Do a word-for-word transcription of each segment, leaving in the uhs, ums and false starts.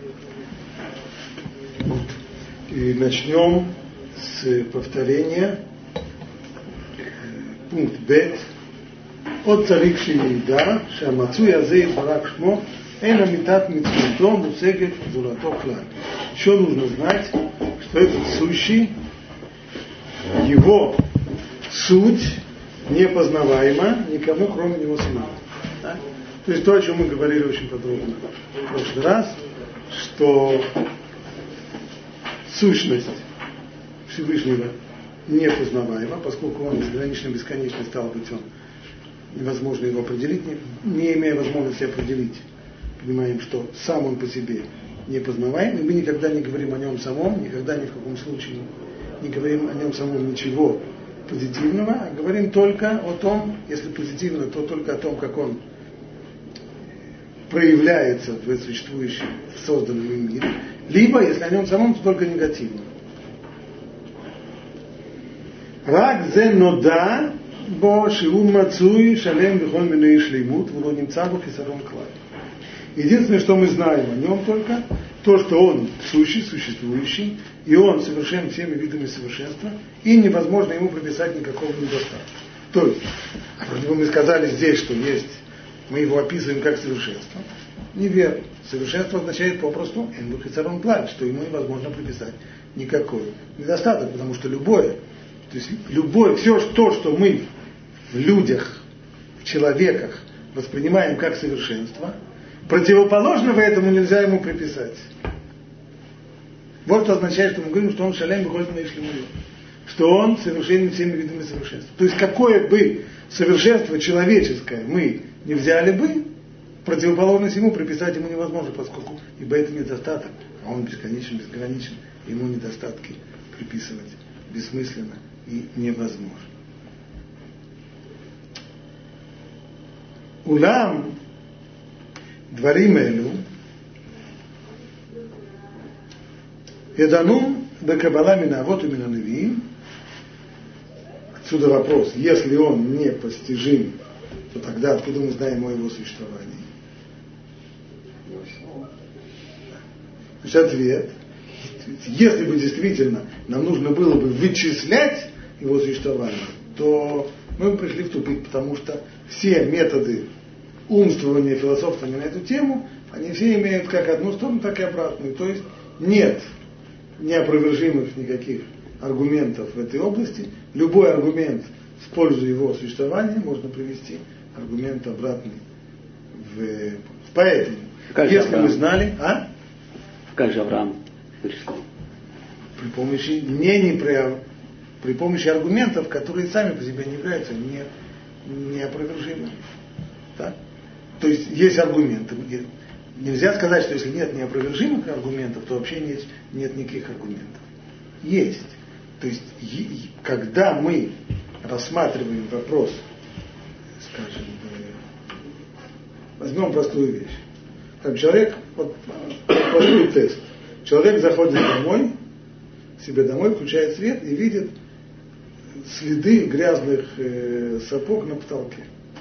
И начнем с повторения. Пункт Б. От царик шемида, шамацуй азе барак шмо, эна митат митцвото мусегет золото клан. Еще нужно знать, что этот сущий, его суть непознаваема никому, кроме него самого. Да? То есть то, о чем мы говорили очень подробно в прошлый раз, что сущность Всевышнего непознаваема, поскольку он безгранично бесконечный, стал быть, он невозможно его определить, не, не имея возможности определить. Понимаем, что сам он по себе непознаваем, и мы никогда не говорим о нем самом, никогда ни в каком случае не говорим о нем самом ничего позитивного, а говорим только о том, если позитивно, то только о том, как он проявляется в существующем, в созданном им мире, либо, если о нем самом, то только негативно. Рак зе нода бо шиу мацуй шалем бихоль миней шлеймут вло немца бо хисарон клад. Единственное, что мы знаем о нем только, то, что он сущий, существующий, и он совершен всеми видами совершенства, и невозможно ему приписать никакого недостатка. То есть, а вроде бы мы сказали здесь, что есть, мы его описываем как совершенство. Неверно. Совершенство означает попросту энбу хисарон клад, что ему невозможно приписать никакой недостаток, потому что любое, то есть любое, все то, что мы в людях, в человеках воспринимаем как совершенство, противоположного этому нельзя ему приписать. Вот что означает, что мы говорим, что он шалем бихоль миней шлеймут, что он совершенен всеми видами совершенства. То есть какое бы совершенство человеческое мы не взяли бы, противоположность ему приписать ему невозможно, поскольку ибо это недостаток, а он бесконечен, безграничен, ему недостатки приписывать бессмысленно и невозможно. Улам дворим элю ядану бекабала мина авот и мина невиим. Отсюда вопрос, если он не постижим, то тогда откуда мы знаем о его существовании? Значит, ответ. Если бы действительно нам нужно было бы вычислять его существование, то мы бы пришли в тупик, потому что все методы умствования, философствования на эту тему, они все имеют как одну сторону, так и обратную. То есть нет неопровержимых никаких аргументов в этой области. Любой аргумент в пользу его существования можно привести аргумент обратный в... Поэтому, как если мы знали... А? Как же Авраам вычислил? При помощи, не, не при, при помощи аргументов, которые сами по себе не являются не, неопровержимыми. Так? То есть есть аргументы. Нельзя сказать, что если нет неопровержимых аргументов, то вообще нет, нет никаких аргументов. Есть. То есть, когда мы рассматриваем вопрос, скажем, возьмем простую вещь. Как человек, вот, простой тест. Человек заходит домой, себе домой, включает свет и видит следы грязных э, сапог на потолке.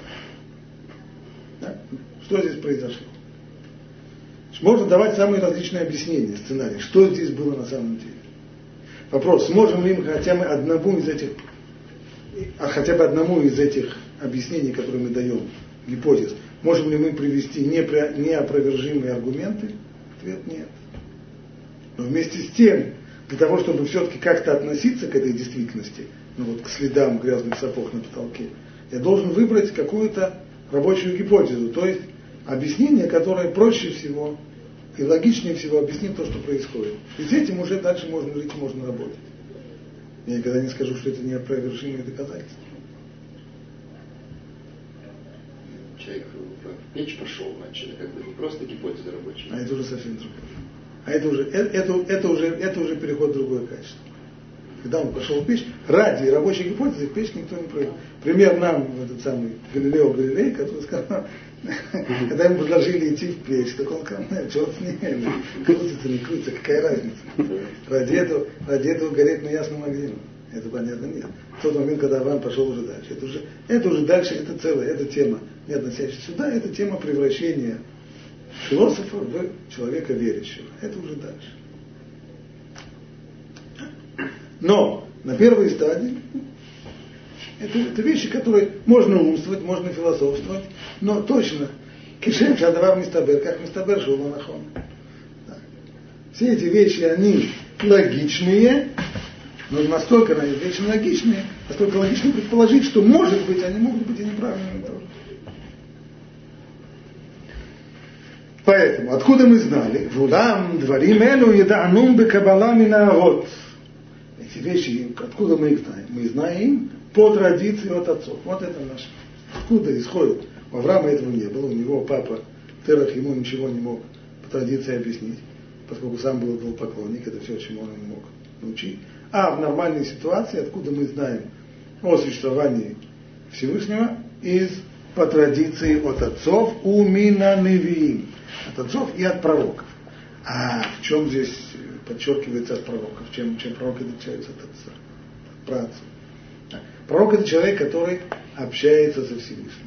Да? Что здесь произошло? Можно давать самые различные объяснения, сценарии, что здесь было на самом деле. Вопрос, сможем ли мы хотя бы одному из этих, а хотя бы одному из этих объяснений, которые мы даем, гипотез, можем ли мы привести неопровержимые аргументы? Ответ нет. Но вместе с тем, для того, чтобы все-таки как-то относиться к этой действительности, ну вот к следам грязных сапог на потолке, я должен выбрать какую-то рабочую гипотезу, то есть объяснение, которое проще всего и логичнее всего объяснит то, что происходит. И с этим уже дальше можно жить, можно работать. Я никогда не скажу, что это неопровержимые доказательства. Человек в печь пошел, значит, это как бы не просто гипотеза рабочая. А это уже совсем другое. А это уже, это, это, уже, это уже переход в другое качество. Когда он пошел в печь, ради рабочей гипотезы в печь никто не провел. Пример нам, этот самый Галилео Галилей, который сказал, когда ему предложили идти в печь, так он сказал, черт с ним, крутится, не крутится, какая разница. Ради этого, ради этого гореть на ясном огне. Это понятно, нет. В тот момент, когда Авраам пошел уже дальше. Это уже, это уже дальше, это целая, это тема, не относящаяся сюда, это тема превращения философа в человека верующего. Это уже дальше. Но на первой стадии это, это вещи, которые можно умствовать, можно философствовать, но точно кишем шадавар мистабер, как мистабер шуланахон. Все эти вещи, они логичные, но настолько они вещи логичные, настолько логично предположить, что, может быть, они могут быть и неправильными тоже. Поэтому, откуда мы знали? Вулам дворим элю едаанум бекабала минаавот. Эти вещи, откуда мы их знаем? Мы знаем по традиции от отцов. Вот это наше. Откуда исходит? У Авраама этого не было, у него папа Терах ему ничего не мог по традиции объяснить, поскольку сам был идолопоклонник, это все, чему он не мог научить. А в нормальной ситуации, откуда мы знаем о существовании Всевышнего? Из по традиции от отцов у минаневиим. От отцов и от пророков. А в чем здесь подчеркивается от пророков? Чем, чем пророк отличается от отца? От праотца. Пророк — это человек, который общается со Всевышним.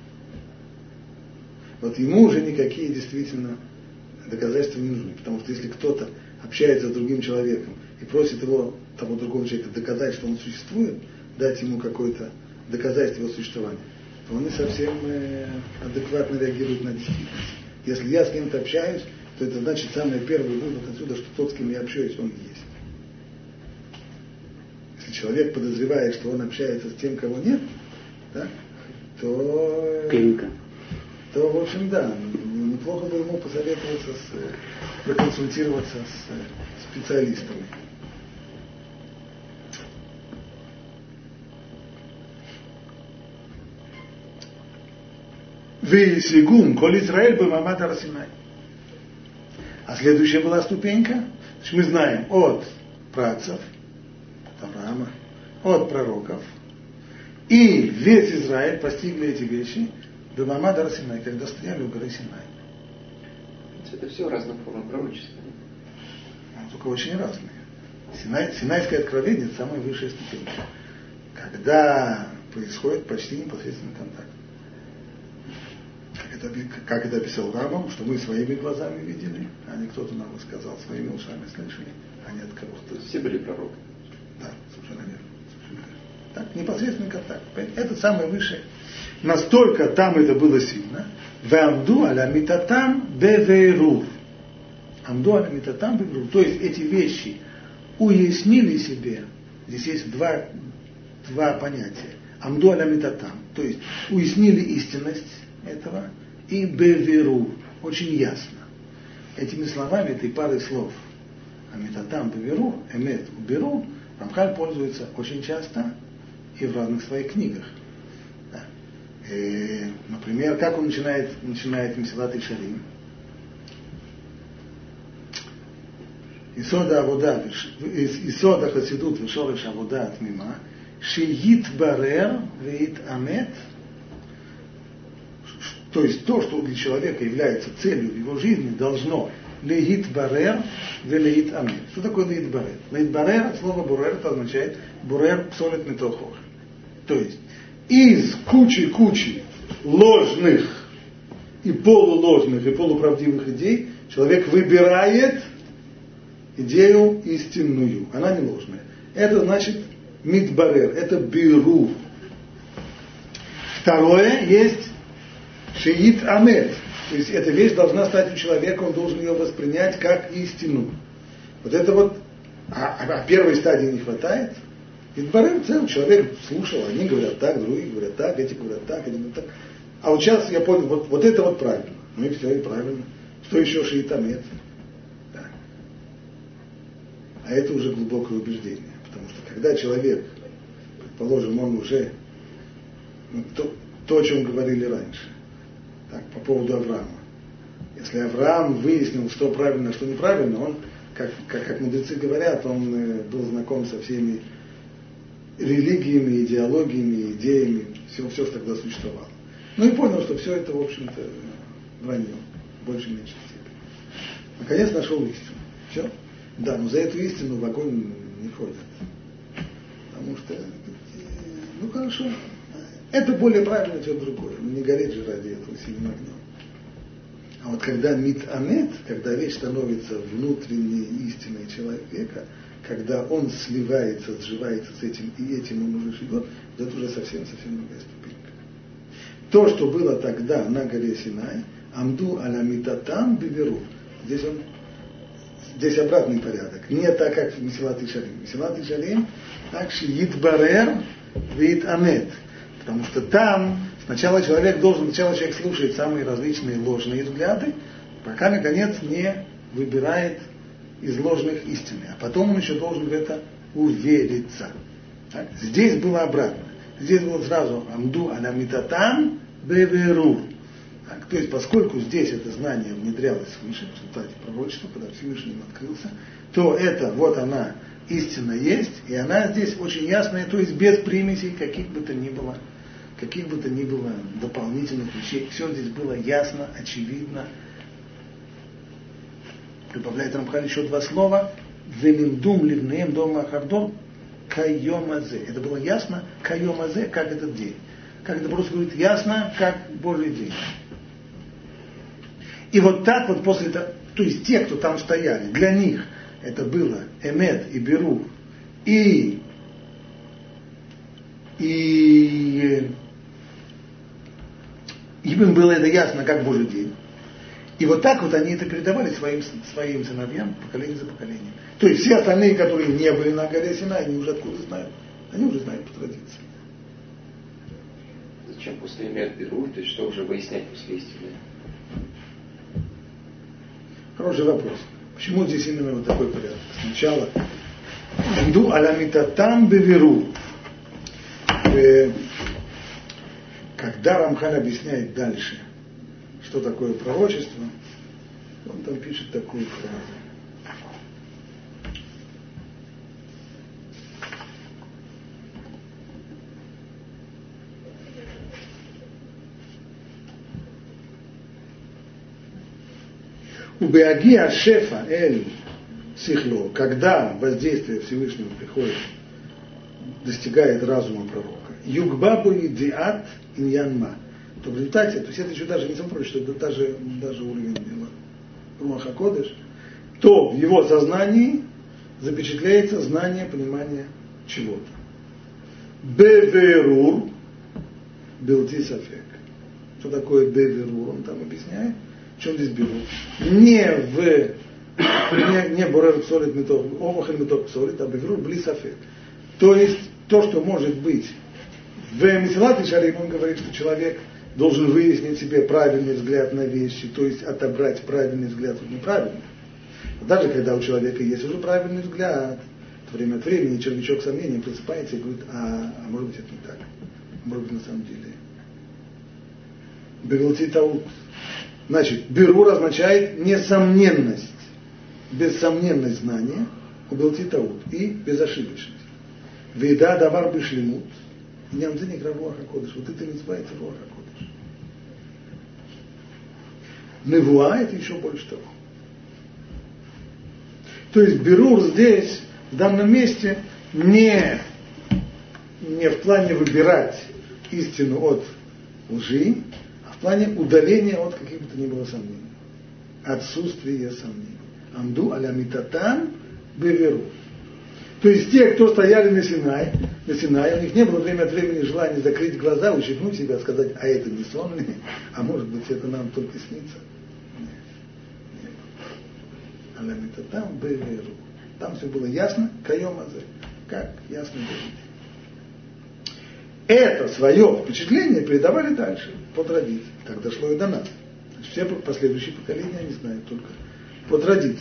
Вот ему уже никакие действительно доказательства не нужны. Потому что если кто-то общается с другим человеком и просит его, того другого человека, доказать, что он существует, дать ему какое-то доказательство его существования, то он не совсем э, адекватно реагирует на действительность. Если я с кем-то общаюсь, то это значит самый первый вывод отсюда, что тот, с кем я общаюсь, он и есть. Если человек подозревает, что он общается с тем, кого нет, да, то, Клиника. то, в общем, да, неплохо бы ему посоветоваться, с, проконсультироваться с специалистами. Вейсигум, коль Израиль бы мамад ар-Синай. А следующая была ступенька. Мы знаем от праотцев, от Авраама, от пророков. И весь Израиль постигли эти вещи до мамад ар-Синай, когда стояли у горы Синай. Это все разные формы пророчества. Только очень разные. Синай, Синайское откровение — это самая высшая ступень. Когда происходит почти непосредственный контакт. Как это, как это описал Рамбам, что мы своими глазами видели, а не кто-то нам рассказал, своими ушами слышали, а не от кого-то. Все были пророки. Да, совершенно верно. Совершенно верно. Так, непосредственный контакт. Это самое высшее. Настолько там это было сильно. Вамду аля митатам беверур. Амду аля митатам беверур. То есть эти вещи уяснили себе. Здесь есть два, два понятия. Амду аля митатам. То есть уяснили истинность этого, и беверу, очень ясно. Этими словами, этой парой слов, амитатам беверу, эмет уберу, Рамхаль пользуется очень часто и в разных своих книгах. Да. И, например, как он начинает, начинает Месилат Ишарим? Исода авода, Исода хасидут вешореш авода от мима, шиит барер веит амет. То есть то, что для человека является целью в его жизни, должно леит барер ве леит амет. Что такое леит барер? Леит барер, слово бурер, это означает бурер псолет метохох. То есть из кучи-кучи ложных и полуложных и полуправдивых идей человек выбирает идею истинную. Она не ложная. Это значит мидбарер, это бирур. Второе есть шиит амет. То есть эта вещь должна стать у человека, он должен ее воспринять как истину. Вот это вот, а, а первой стадии не хватает. И барем целый человек слушал, одни говорят так, другие говорят так, эти говорят так, эти говорят так. А вот сейчас я понял, вот, вот это вот правильно. Ну и все, и правильно. Что еще шиит амет? Да. А это уже глубокое убеждение. Потому что когда человек, предположим, он уже, ну, то, то, о чем говорили раньше, так, по поводу Авраама. Если Авраам выяснил, что правильно, что неправильно, он, как, как, как мудрецы говорят, он э, был знаком со всеми религиями, идеологиями, идеями, все, все, что тогда существовало. Ну и понял, что все это, в общем-то, вранье, в большей меньшей степени. Наконец нашел истину. Все? Да, но за эту истину в огонь не ходят. Потому что, ну хорошо, это более правильно, чем другое. Не гореть же ради этого сильным огнем. А вот когда мит-амет, когда вещь становится внутренней истиной человека, когда он сливается, сживается с этим, и этим он уже живет, это уже совсем-совсем другая ступенька. То, что было тогда на горе Синай, амду аля митатам биверу. Здесь он, здесь обратный порядок. Не так, как в Месилат Ишарим. Месилат Ишарим, так что йитбарер вит-амет. Потому что там сначала человек должен, сначала человек слушает самые различные ложные взгляды, пока, наконец, не выбирает из ложных истины. А потом он еще должен в это увериться. Так? Здесь было обратно. Здесь было сразу амду аля митатам беверу. То есть, поскольку здесь это знание внедрялось свыше, в результате пророчества, когда Всевышний им открылся, то это, вот она, истина есть, и она здесь очень ясная, то есть без примесей каких бы то ни было, каких бы то ни было дополнительных вещей. Все здесь было ясно, очевидно. Прибавляет Рамхаль еще два слова. Велимдум ливнеем дома хардон кайомазе. Это было ясно, кайомазе, как этот день. Как это просто говорит, ясно, как Божий день. И вот так вот после того, то есть те, кто там стояли, для них это было эмет и беру, и, и им было это ясно, как Божий день. И вот так вот они это передавали своим, своим сыновьям, поколение за поколением. То есть все остальные, которые не были на горе Синай, они уже откуда знают? Они уже знают по традиции. Зачем после эмет беру? То есть что уже выяснять после истины? Хороший вопрос. Почему здесь именно вот такой порядок? Сначала «Инду аламитатам беверу». Когда Рамхаль объясняет дальше, что такое пророчество, он там пишет такую фразу. Убеаги ашефа эль сихло, когда воздействие Всевышнего приходит, достигает разума пророка, югбабу идиат иньянма, то в результате, то есть это еще даже не сам пророк, что это даже, даже уровень дела Руаха Кодеш, то в его сознании запечатляется знание, понимание чего-то. Беверур белти сафек. Что такое беверур? Он там объясняет. В чем здесь берут? Не в не, не борер псолит меток, омахаль меток псолит, а беверур бли сафек. То есть то, что может быть в Месилат Ишарим, он говорит, что человек должен выяснить себе правильный взгляд на вещи, то есть отобрать правильный взгляд от неправильного. Даже когда у человека есть уже правильный взгляд, то время от времени червячок сомнения просыпается и говорит, а, а может быть это не так, а может быть на самом деле. Бевелти таут. Значит, берур означает несомненность, бессомненность знания, убелти таут и безошибочность. Веда давар бешлемут. Нямзеник Руаха Кодеш. Вот это называется Руаха Кодеш. Невуа это еще больше того. То есть берур здесь, в данном месте, не, не в плане выбирать истину от лжи, а в плане удаления от каких бы то ни было сомнений. Отсутствие сомнений. Амду аля митатам беверу. То есть те, кто стояли на Синае, на Синае, у них не было время от времени желания закрыть глаза, ущипнуть себя, сказать, а это не сон ли, а может быть это нам только снится. Нет. Аля митатам беверу. Там все было ясно, кайомазе, как ясно было. Это свое впечатление передавали дальше, по традиции. Так дошло и до нас. Значит, все последующие поколения они знают только по традиции.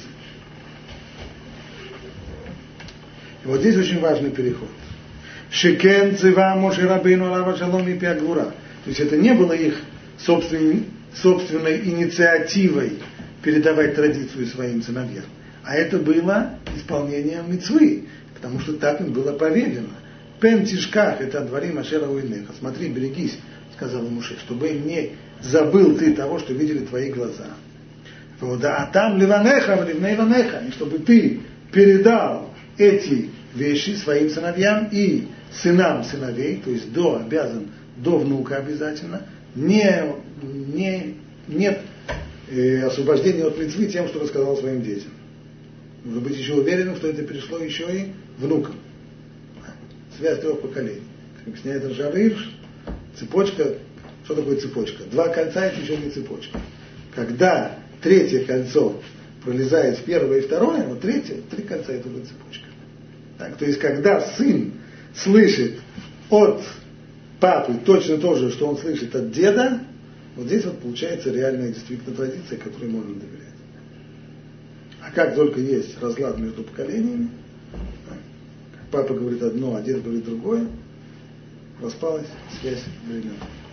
И вот здесь очень важный переход. Шекен цива Моше Рабейну алейхи шалом и пиагвура. То есть это не было их собственной, собственной инициативой передавать традицию своим сыновьям. А это было исполнением мицвы, потому что так им было повелено. Пен тишках, это дворим ашера уинеха. Смотри, берегись, сказал Моше, чтобы не забыл ты того, что видели твои глаза. А там ливанеха, ливней ванеха, и чтобы ты передал эти вещи своим сыновьям и сынам сыновей, то есть до обязан, до внука обязательно, не, не, нет э, освобождение от мицвы тем, что рассказал своим детям. Нужно быть еще уверенным, что это перешло еще и внукам. Связь трех поколений. Как объясняет Рашар Ирш, цепочка, что такое цепочка? Два кольца – это еще не цепочка. Когда третье кольцо пролезает в первое и второе, вот третье, три кольца – это уже цепочка. Так, то есть, когда сын слышит от папы точно то же, что он слышит от деда, вот здесь вот получается реальная действительно традиция, которой можно доверять. А как только есть разлад между поколениями, папа говорит одно, а дед говорит другое, распалась связь времен.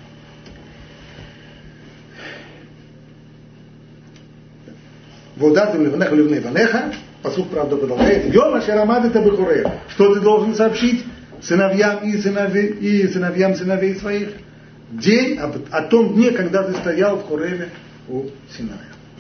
Водат ливнеха ливней ванеха, послух правда продолжает. Йома шарамад это бихурей. Что ты должен сообщить сыновьям и, сыновей, и сыновьям сыновей своих? День о, о том дне, когда ты стоял в Хореве у Синая.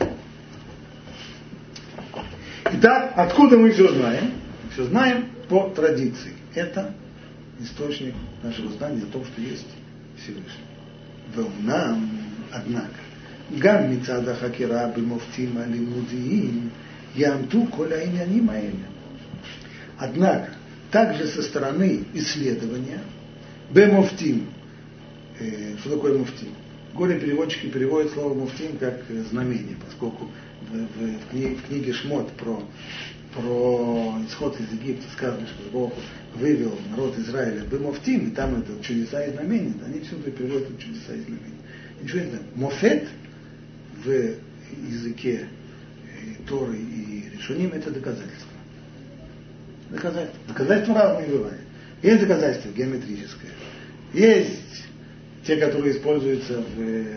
Итак, откуда мы все знаем? Все знаем по традиции. Это источник нашего знания о том, что есть Всевышний. Нам, однако, гам мицада хакира бимофтим алимудиим ямту коля иняним аэля. Однако, также со стороны исследования бемофтим, э, что такое муфтим? Горе-переводчики переводят слово муфтим как знамение, поскольку в, в, в, книге, в книге Шмот про, про исход из Египта сказано, что Бог вывел народ Израиля бемофтим, и там это чудеса и знамения, они всюду переводят это чудеса и знамения. Ничего не знаю. Мофет в языке Торы и Решуним это доказательство. Доказательство. Доказательства разные бывают. Есть доказательство геометрическое. Есть те, которые используются в,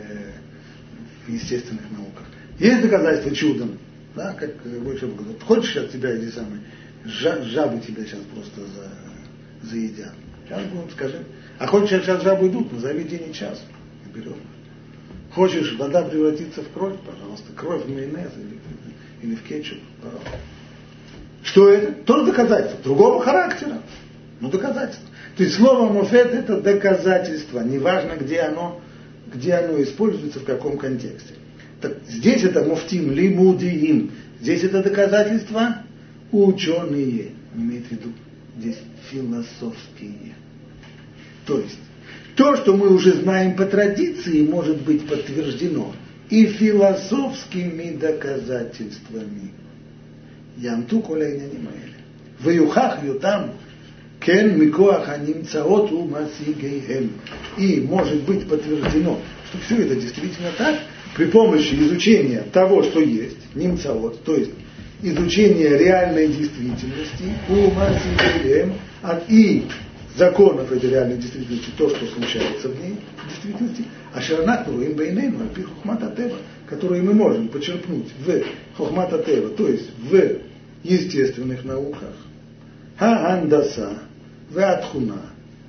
в естественных науках. Есть доказательства чудом. Да, как больше говорит, хочешь от тебя эти самые жабы тебя сейчас просто за, заедят. Сейчас будем, скажи. А хочешь, сейчас жабы идут, назови день и час. И берем. Хочешь, вода превратится в кровь, пожалуйста, кровь в майонез или, или в кетчуп, пожалуйста. Что это? Тоже доказательство, другого характера, но доказательство. То есть слово мофет это доказательство, неважно где оно, где оно используется, в каком контексте. Так, здесь это муфтим лимудиим, здесь это доказательства ученые, имеет в виду здесь философские. То есть то, что мы уже знаем по традиции, может быть подтверждено и философскими доказательствами. Ямту коля иняним аэля. Ваюхах ютам кен микоах анимцаот у масигейхем. И может быть подтверждено, что все это действительно так, при помощи изучения того, что есть, нимцаот, то есть изучения реальной действительности, у масигейхем, и законов этой реальной действительности, то, что случается в ней, в действительности, а шаранахну им бейнейну, альпи хохмата тева, которые мы можем почерпнуть в хохмата тева, то есть в естественных науках, ха-андаса, в-атхуна,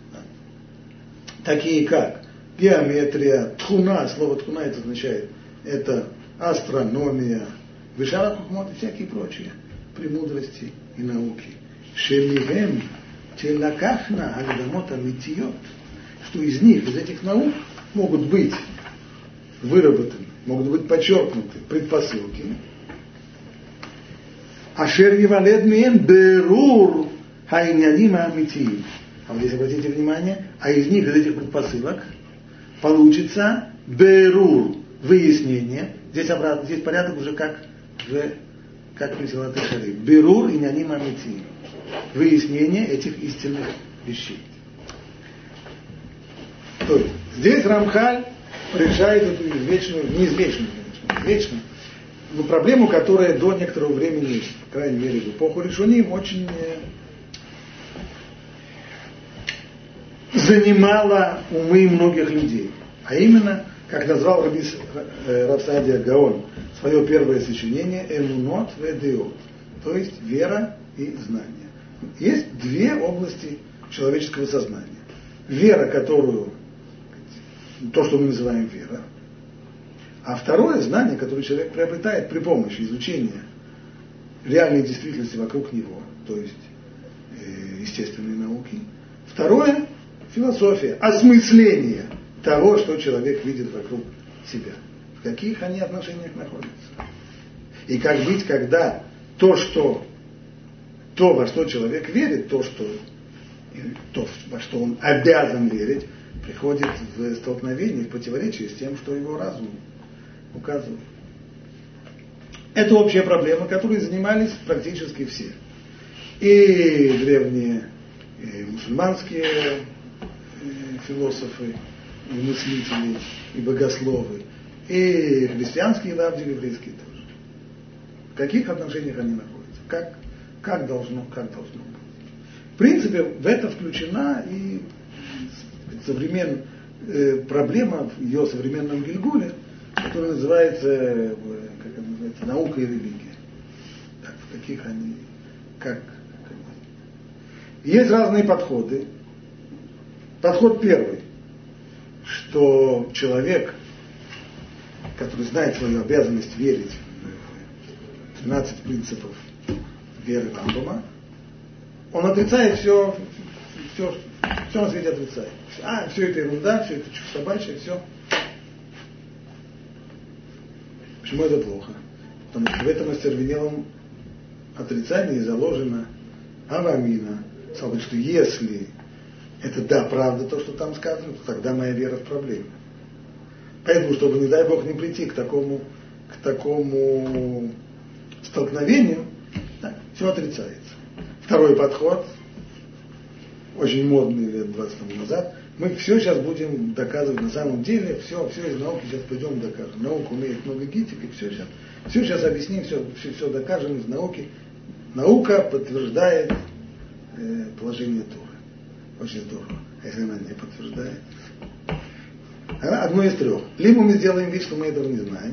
такие как геометрия, тхуна, слово тхуна это означает, это астрономия, вишара хохмот и всякие прочие премудрости и науки. Шемигем телакахна агдамот амитиот, что из них, из этих наук могут быть выработаны, могут быть подчеркнуты предпосылки. Ашер евалед мием берур хайняним амитиим. А вот здесь обратите внимание, а из них, из этих предпосылок, получится берур, выяснение. Здесь обратно, здесь порядок уже как в как в Месилат Йешарим. Берур и няним амитиим. Выяснение этих истинных вещей. То есть, здесь Рамхаль решает эту извечную, неизвечную, конечно, извечную, но проблему, которая до некоторого времени, по крайней мере, в эпоху Решуним, очень занимала умы многих людей. А именно, как назвал Рав Саадия Гаон свое первое сочинение, эмунот ведеот, то есть вера и знание. Есть две области человеческого сознания. Вера, которую, то, что мы называем вера, а второе знание, которое человек приобретает при помощи изучения реальной действительности вокруг него, то есть э, естественные науки. Второе – философия, осмысление того, что человек видит вокруг себя. В каких они отношениях находятся? И как быть, когда то, что, то, во что человек верит, то, что, то, во что он обязан верить, приходит в столкновение, в противоречие с тем, что его разум указывает. Это общая проблема, которой занимались практически все. И древние и мусульманские философы, и мыслители, и богословы, и христианские, да, еврейские тоже. В каких отношениях они находятся? Как, как, должно, как должно быть? В принципе, в это включена и современ, э, проблема в ее современном Гильгуле, которая называется, как это называется, наука и религия. Так, в каких они, как, как. Есть разные подходы. Подход первый, что человек, который знает свою обязанность верить в тринадцать принципов веры Рамбама, он отрицает все, все, все на свете отрицает. А, все это ерунда, все это чушь собачья, все. Почему это плохо? Потому что в этом остервенелом отрицании заложено авамина. Стало быть, что если это да, правда, то, что там сказано, то тогда моя вера в проблеме. Поэтому, чтобы, не дай Бог, не прийти к такому, к такому столкновению, да, все отрицается. Второй подход, очень модный лет двадцать тому назад, мы все сейчас будем доказывать на самом деле, все, все из науки сейчас пойдем докажем. Наука умеет много гитик, и все сейчас, все сейчас объясним, все, все, все докажем из науки. Наука подтверждает э, положение Торы. Очень здорово. А если она не подтверждает? Одно из трех. Либо мы сделаем вид, что мы этого не знаем.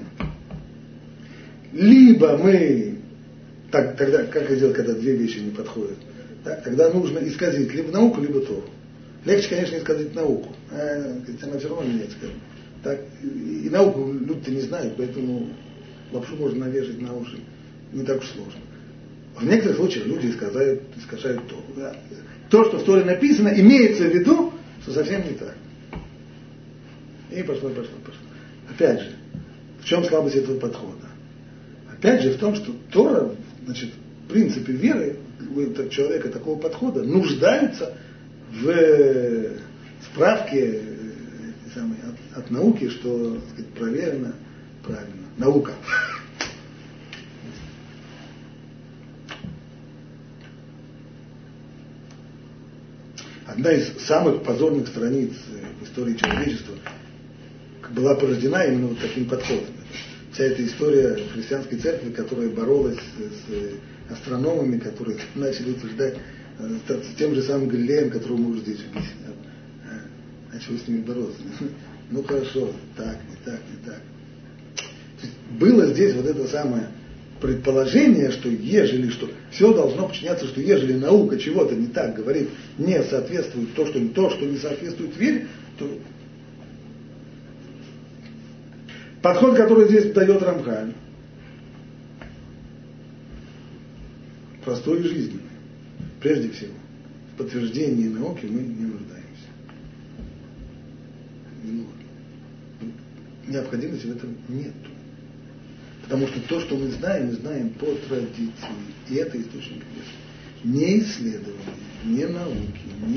Либо мы, так, тогда, как это делать, когда две вещи не подходят? Так, тогда нужно исказить либо науку, либо Тору. Легче, конечно, исказить науку. А, она все равно меняет, скажем. Так, и науку люди-то не знают, поэтому лапшу можно навешать на уши. Не так уж сложно. В некоторых случаях люди искажают, искажают Тору. Да. То, что в Торе написано, имеется в виду, что совсем не так. И пошло, пошло, пошло. Опять же, в чем слабость этого подхода? Опять же, в том, что Тора, значит, в принципе веры у человека такого подхода нуждаются в справке самой, от, от науки, что, так сказать, проверено правильно. Наука. Одна из самых позорных страниц в истории человечества была порождена именно вот таким подходом. Вся эта история христианской церкви, которая боролась с астрономами, которые начали утверждать, с тем же самым Галилеем, которого мы уже здесь объясняли. А чего с ними бороться? Ну хорошо, так, не так, не так. То есть было здесь вот это самое предположение, что ежели что, все должно подчиняться, что ежели наука чего-то не так говорит, не соответствует то, что, то, что не соответствует вере, то подход, который здесь дает Рамхаль, простой и жизненный. Прежде всего, в подтверждении науки мы не нуждаемся. Ну, необходимости в этом нет. Потому что то, что мы знаем, мы знаем по традиции. И это источник веры. Не исследования, не науки, не...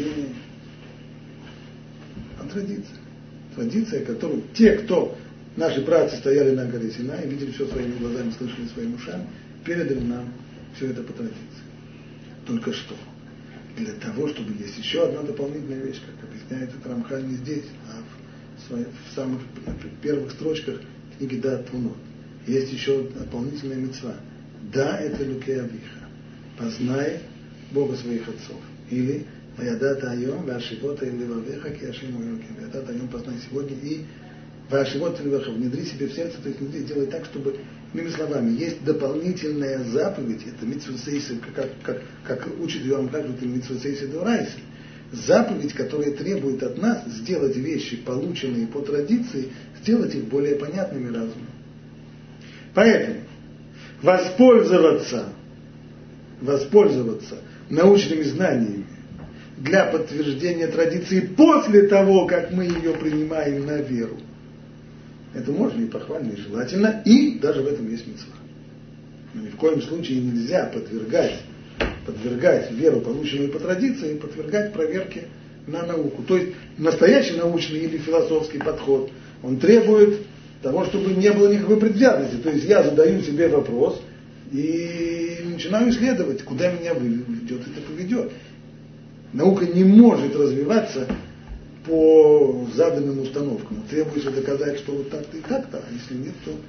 а традиция. Традиция, которую те, кто, наши праотцы стояли на горе Синай, видели все своими глазами, слышали своими ушами, передали нам все это по традиции. Только что? Для того, чтобы есть еще одна дополнительная вещь, как объясняет это Рамхаль не здесь, а в, своих, в самых первых строчках книги Даат Твунот. Есть еще дополнительная мицва. Да, это Элокей Авиха. Познай Бога своих отцов. Или Ваядата Айом, Вашивота или Вавеха, Киашиму Элоким. Ваядата Айом, познай сегодня и Вашивота или Вавеха. Внедри себе в сердце, то есть внедри, делай так, чтобы, иными словами, есть дополнительная заповедь, это мицва сейси, как, как, как учит Йоам Хадж, это мицва сейси дорайси. Заповедь, которая требует от нас сделать вещи, полученные по традиции, сделать их более понятными разумом. Поэтому воспользоваться, воспользоваться научными знаниями для подтверждения традиции после того, как мы ее принимаем на веру, Это можно и похвально, и желательно, и даже в этом есть мицва. Но ни в коем случае нельзя подвергать, подвергать веру, полученную по традиции, подвергать проверке на науку. То есть настоящий научный или философский подход, он требует того, чтобы не было никакой предвзятости. То есть я задаю себе вопрос и начинаю исследовать, куда меня ведет это поведет. Наука не может развиваться по заданным установкам. Требуется доказать, что вот так-то и так-то, а если нет, то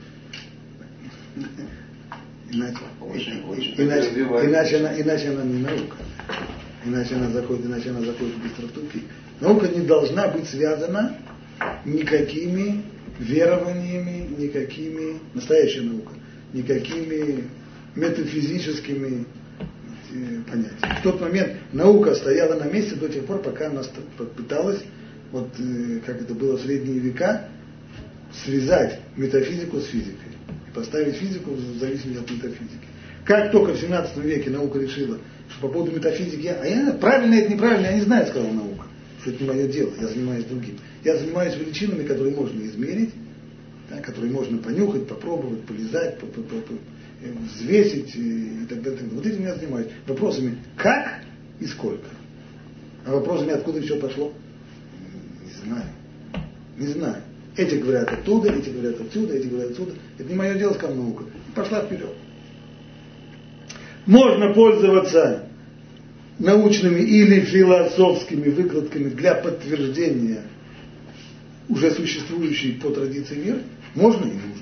иначе, очень, очень иначе, иначе, она, иначе она не наука. Иначе она заходит, иначе она заходит быстро в тупик. Наука не должна быть связана никакими верованиями, никакими, настоящая наука, никакими метафизическими понятиями. В тот момент наука стояла на месте до тех пор, пока она пыталась, вот как это было в средние века, связать метафизику с физикой и поставить физику в зависимости от метафизики. Как только в семнадцатом веке наука решила, что по поводу метафизики, а я, правильно это неправильно, я не знаю, сказала наука, что это не мое дело, я занимаюсь другим. Я занимаюсь величинами, которые можно измерить, да, которые можно понюхать, попробовать, полизать, взвесить и так далее. Вот этим я занимаюсь. Вопросами как и сколько. А вопросами откуда все пошло? Не знаю. Не знаю. Эти говорят оттуда, эти говорят отсюда, эти говорят отсюда. Это не мое дело, сказала наука. Пошла вперед. Можно пользоваться научными или философскими выкладками для подтверждения уже существующей по традиции веры. Можно и нужно.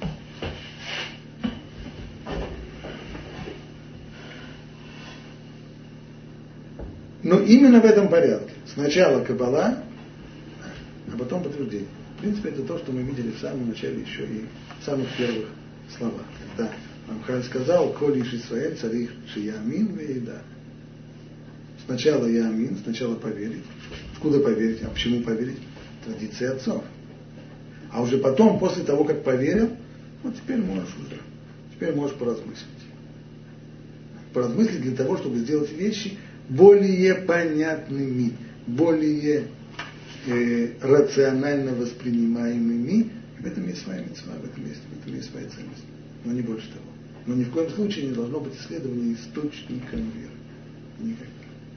Но именно в этом порядке. Сначала каббала, а потом подтверждение. В принципе, это то, что мы видели в самом начале еще и в самых первых словах. Когда Рамхаль сказал, «Коль иш Исраэль царих шиямин вееда». Сначала я амин, сначала поверить. Откуда поверить? А почему поверить? Традиции отцов. А уже потом, после того, как поверил, вот теперь можешь уже, теперь можешь поразмыслить. Поразмыслить для того, чтобы сделать вещи более понятными, более э, рационально воспринимаемыми. И в этом есть своя мицва, в этом есть, в этом есть своя ценность. Но не больше того. Но ни в коем случае не должно быть исследования источником веры. Никаких.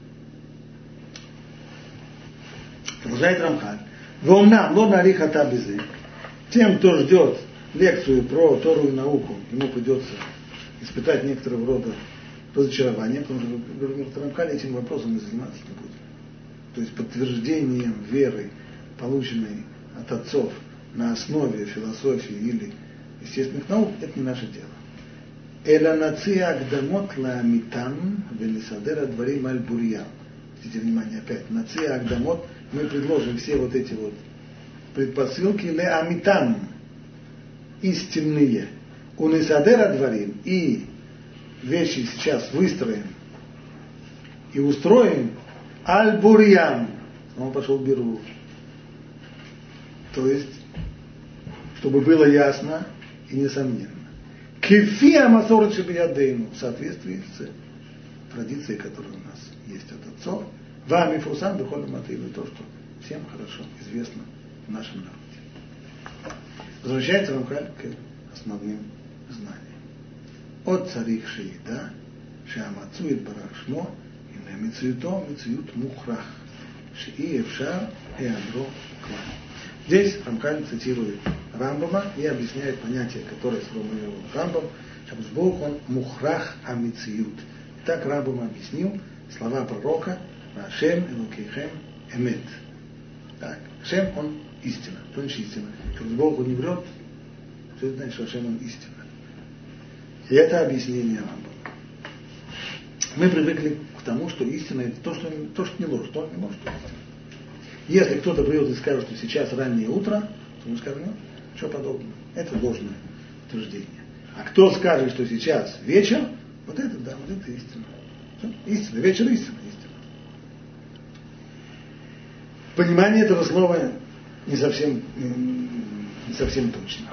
Продолжает Рамхаль. Вомнам ло нарих ата безе. Тем, кто ждет лекцию про Тору и науку, ему придется испытать некоторого рода разочарование, потому что в Рамхале этим вопросом и заниматься не будет. То есть подтверждением веры, полученной от отцов на основе философии или естественных наук, это не наше дело. Эла нация агдамот ламитам велисадера дворим аль бурьям. Обратите внимание опять. Нация агдамот. Мы предложим все вот эти вот предпосылки ле амитам, истинные. Унисадера дворим. И вещи сейчас выстроим и устроим аль бурьям. Он пошел в Беру. То есть, чтобы было ясно и несомненно. Кефия масорет шебиядейну, в соответствии с традицией, которая у нас есть от отцов, вами фурсан духовным мотивом, то, что всем хорошо известно в нашем народе. Возвращается Рамхаль к основным знаниям. От царих шеида, шеамацует барашмо, и на мицуито мицуют мухрах, шеи евшар и адро клан. Здесь Рамхаль цитирует Рамбама и объясняет понятие, которое сформулировал Рамбам, Шабсбух он мухрах амициют. Так Рамбам объяснил слова пророка Ашем элокейхем эмет. Так, Ашем он истина. Что значит истина? Шабсбух он не врет, что это значит, что Ашем он истина. И это объяснение Рамбама. Мы привыкли к тому, что истина это то, что, то, что не ложь, то не ложь, что истина. Если кто-то придет и скажет, что сейчас раннее утро, то мы скажем, нет, что подобное. Это ложное утверждение. А кто скажет, что сейчас вечер, вот это, да, вот это истина. Все? Истина, вечер истина, истина. Понимание этого слова не совсем, не совсем точно.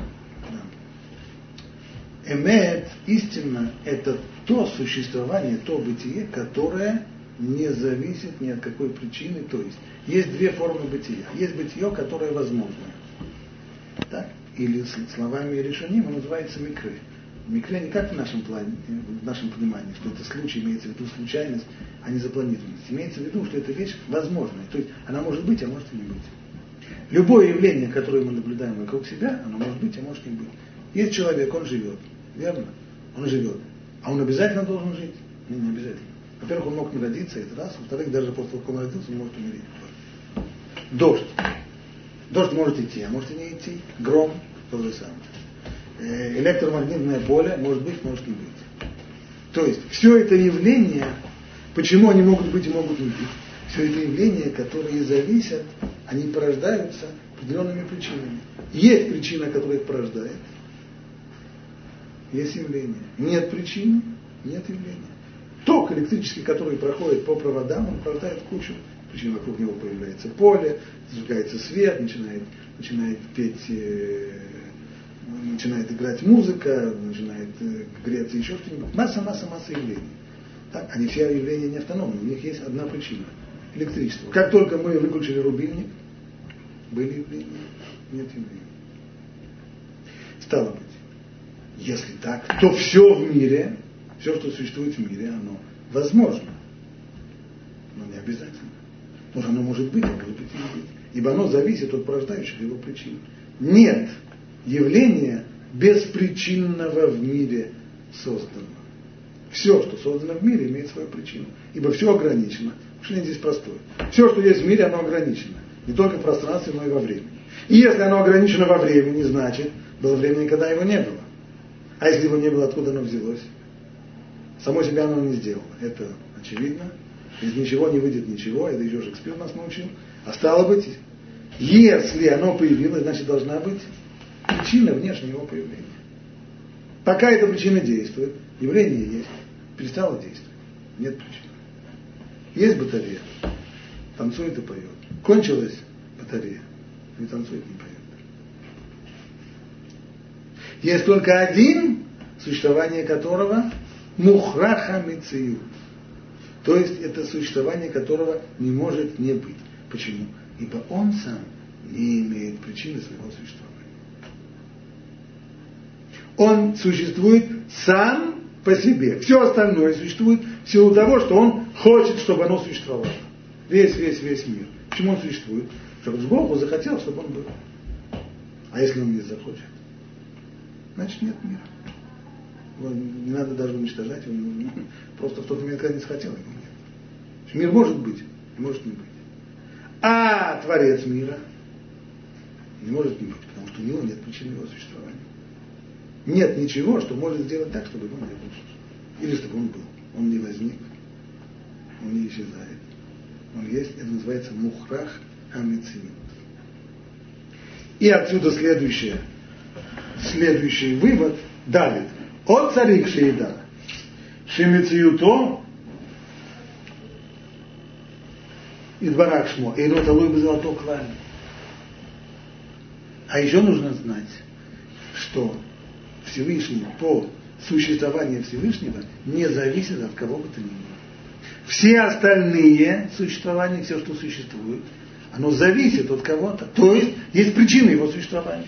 Да. Эмет, истина, это то существование, то бытие, которое не зависит ни от какой причины. То есть, есть две формы бытия. Есть бытие, которое возможно. Так? или словами решением, он называется микре. Микре не как в нашем плане, в нашем понимании, что это случай, имеется в виду случайность, а не запланированность. Имеется в виду, что эта вещь возможная. То есть она может быть, а может и не быть. Любое явление, которое мы наблюдаем вокруг себя, оно может быть, а может не быть. Есть человек, он живет, верно? Он живет. А он обязательно должен жить? Нет, не обязательно. Во-первых, он мог не родиться, это раз. Во-вторых, даже после того, как он родился, он может умереть. Дождь. Дождь может идти, а может и не идти. Гром, то же самое. Электромагнитное поле может быть, может не быть. То есть, все это явление, почему они могут быть и могут не быть, все это явления, которые зависят, они порождаются определенными причинами. Есть причина, которая их порождает. Есть явление. Нет причины, нет явления. Ток электрический, который проходит по проводам, он порождает кучу причин. Вокруг него появляется поле, зажигается свет, начинает, начинает петь, э, начинает играть музыка, начинает э, греться еще что-нибудь. Масса, масса, масса явлений. Так, они все явления не автономны, у них есть одна причина. Электричество. Как только мы выключили рубильник, были явления, нет явлений. Стало быть, если так, то все в мире, все, что существует в мире, оно возможно, но не обязательно. Потому что оно может быть, а может быть и не быть. Ибо оно зависит от порождающих его причин. Нет явления беспричинного в мире созданного. Все, что создано в мире, имеет свою причину. Ибо все ограничено. Мышление здесь простое. Все, что есть в мире, оно ограничено. Не только в пространстве, но и во времени. И если оно ограничено во времени, значит, было время, когда его не было. А если его не было, откуда оно взялось? Само себя оно не сделало. Это очевидно. Из ничего не выйдет ничего. Это еще Шекспир нас научил. А стало быть, если оно появилось, значит, должна быть причина внешнего его появления. Пока эта причина действует, явление есть, перестало действовать. Нет причины. Есть батарея, танцует и поет. Кончилась батарея, не танцует, не поет. Есть только один, существование которого мухраха мециют. То есть это существование которого не может не быть. Почему? Ибо он сам не имеет причины своего существования. Он существует сам по себе. Все остальное существует в силу того, что он хочет, чтобы оно существовало. Весь, весь, весь мир. Почему он существует? Чтобы Бог захотел, чтобы он был. А если он не захочет? Значит, нет мира. Его не надо даже уничтожать, он просто в тот момент, когда не захотел, его нет. Мир может быть, и может не быть. А Творец мира не может не быть, потому что у него нет причины его существования. Нет ничего, что может сделать так, чтобы его не было. Или чтобы он был. Он не возник, он не исчезает. Он есть, это называется мухрах амециют. И отсюда следующее, следующий вывод Давид. От царик шеида, шемециюто, и дворах шмо, и роталуй бы золото клали. А еще нужно знать, что Всевышний по существованию Всевышнего не зависит от кого бы то ни было. Все остальные существования, все, что существует, оно зависит от кого-то. То есть есть причина его существования.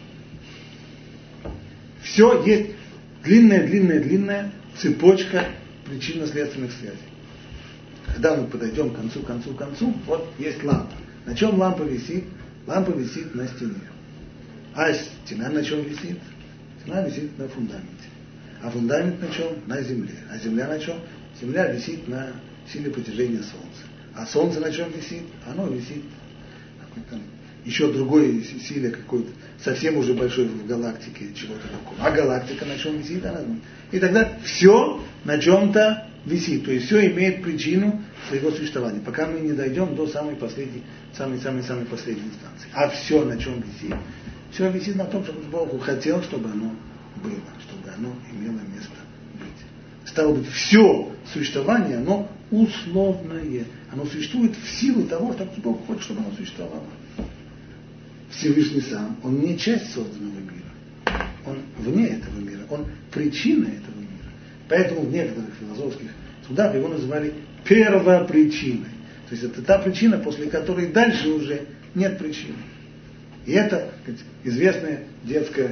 Все есть длинная, длинная, длинная цепочка причинно-следственных связей. Когда мы подойдем к концу, концу, концу, вот есть лампа. На чем лампа висит? Лампа висит на стене. А стена на чем висит? Стена висит на фундаменте. А фундамент на чем? На земле. А земля на чем? Земля висит на силе притяжения Солнца. А Солнце на чем висит? Оно висит на еще другой силе какой-то, совсем уже большой в галактике, чего-то такого. А галактика на чем висит? Она... И тогда все на чем-то висит. То есть все имеет причину своего существования. Пока мы не дойдем до самой последней, самой-самой-самой последней инстанции. А все на чем висит? Все висит на том, чтобы Бог хотел, чтобы оно было, чтобы оно имело место быть. Стало быть, все существование, оно условное. Оно существует в силу того, что Бог хочет, чтобы оно существовало. Всевышний сам, он не часть созданного мира. Он вне этого мира. Он причина этого мира. Поэтому в некоторых философских судах его называли первопричиной. То есть это та причина, после которой дальше уже нет причины. И это известная детская,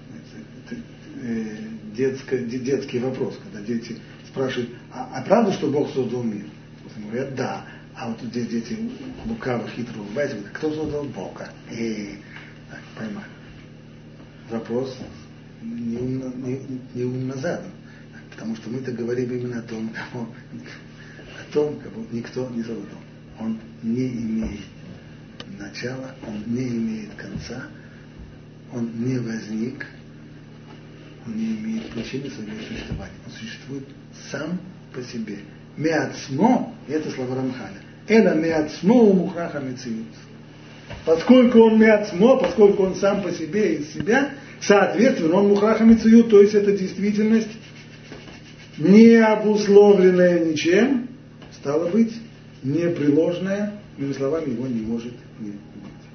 детская, детский вопрос, когда дети спрашивают, а, а правда, что Бог создал мир? Они говорят, да. А вот здесь дети лукаво, хитро улыбаются, говорят, кто создал Бога? И так, поймали. Вопрос неумно, не, неумно задан. Потому что мы-то говорим именно о том, кого, о том, кого никто не создал. Он не имеет начала, он не имеет конца, он не возник, он не имеет причины своего существования. Он существует сам по себе. Меацмо, это слова Рамхаля. Это меацмо у мухраха мециют. Поскольку он меацмо, поскольку он сам по себе из себя, соответственно, он мухраха мециют, то есть это действительность, не обусловленная ничем, стало быть, непреложная, иными словами, его не может не быть.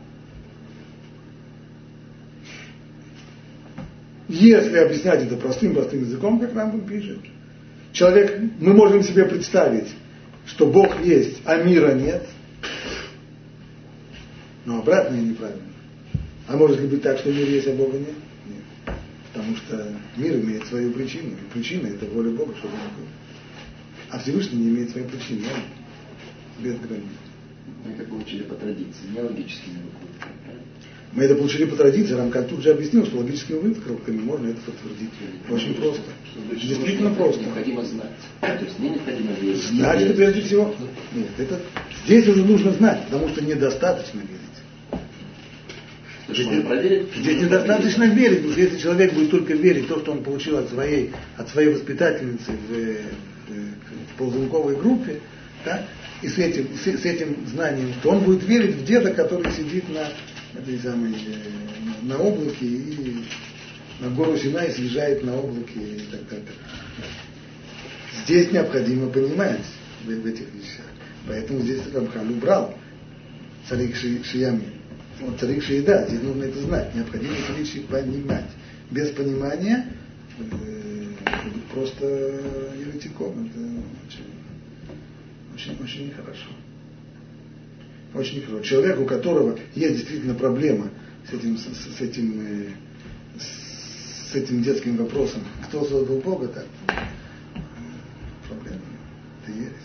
Если объяснять это простым-простым языком, как Рамбам пишет, человек, мы можем себе представить, что Бог есть, а мира нет, но обратное неправильно. А может ли быть так, что мир есть, а Бога нет? Нет. Потому что мир имеет свою причину, и причина – это воля Бога, чтобы он был. А Всевышний не имеет своей причины, он без границ. Мы это получили по традиции, не логическими выкладками. Мы это получили по традиции, Рамхаль тут же объяснил, что логическими выкладками можно это подтвердить. Очень просто. Действительно просто. Необходимо знать. То есть мне необходимо верить. Знать это прежде всего. Нет, это здесь уже нужно знать, потому что недостаточно верить. Здесь, проверить, здесь недостаточно проверить. верить, потому что если человек будет только верить в то, что он получил от своей, от своей воспитательницы в, в, в ползунковой группе, да, и с этим, с, с этим знанием, то он будет верить в деда, который сидит на, этой самой, на облаке и на гору Синай съезжает на облаке и так далее. Здесь необходимо понимать в, в этих вещах. Поэтому здесь Рамхаль убрал царик Шиями. Вот царик Шиеда, здесь нужно это знать. Необходимо царик Ши понимать. Без понимания э, просто еретиком. Это очень, очень, очень нехорошо. Очень нехорошо. Человек, у которого есть действительно проблема с этим, с, с этим, э, с этим детским вопросом, кто создал Бога, так проблема. Это ересь.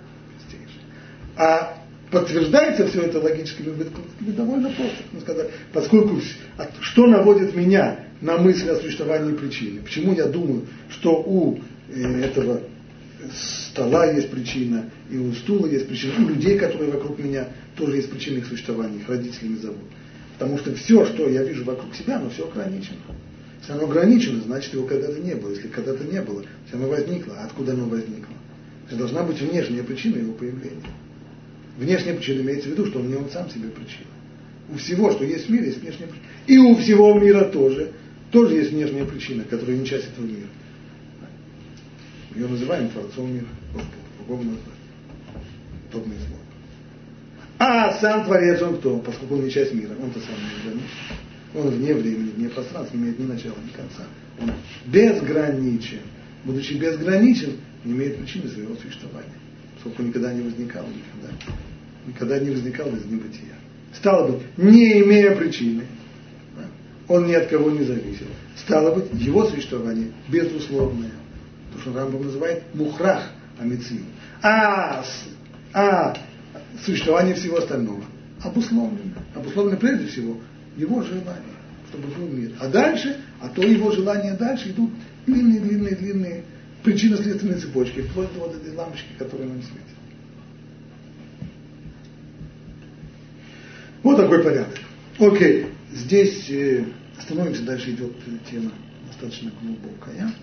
А подтверждается все это логическими выкладками довольно просто. Сказать, поскольку что наводит меня на мысль о существовании причины? Почему я думаю, что у этого стола есть причина, и у стула есть причина, у людей, которые вокруг меня, тоже есть причина их существования, их родителями зовут. Потому что все, что я вижу вокруг себя, оно все ограничено. Если оно ограничено, значит его когда-то не было. Если когда-то не было, если оно возникло, а откуда оно возникло? То есть должна быть внешняя причина его появления. Внешняя причина имеется в виду, что он не он сам себе причина. У всего, что есть в мире, есть внешняя причина. И у всего мира тоже, тоже есть внешняя причина, которая не часть этого мира. Ее называем Творцом мира. По-другому назвать. Удобное слово. А сам Творец, он кто? Поскольку он не часть мира, он-то сам не граничен. Он вне времени, вне пространства, не имеет ни начала, ни конца. Он безграничен. Будучи безграничен, не имеет причины своего существования. Поскольку никогда не возникал, никогда, никогда не возникал из небытия. Стало быть, не имея причины, да, он ни от кого не зависит. Стало быть, его существование безусловное. То, что Рамбам называет мухрах амицию. А, а существование всего остального обусловлено. Обусловлено прежде всего его желание, чтобы был мир. А дальше, а то его желания дальше идут длинные-длинные-длинные причинно-следственные цепочки, вплоть до вот этой лампочки, которая нам светит. Вот такой порядок. Окей, здесь э, остановимся, дальше идет тема достаточно глубокая.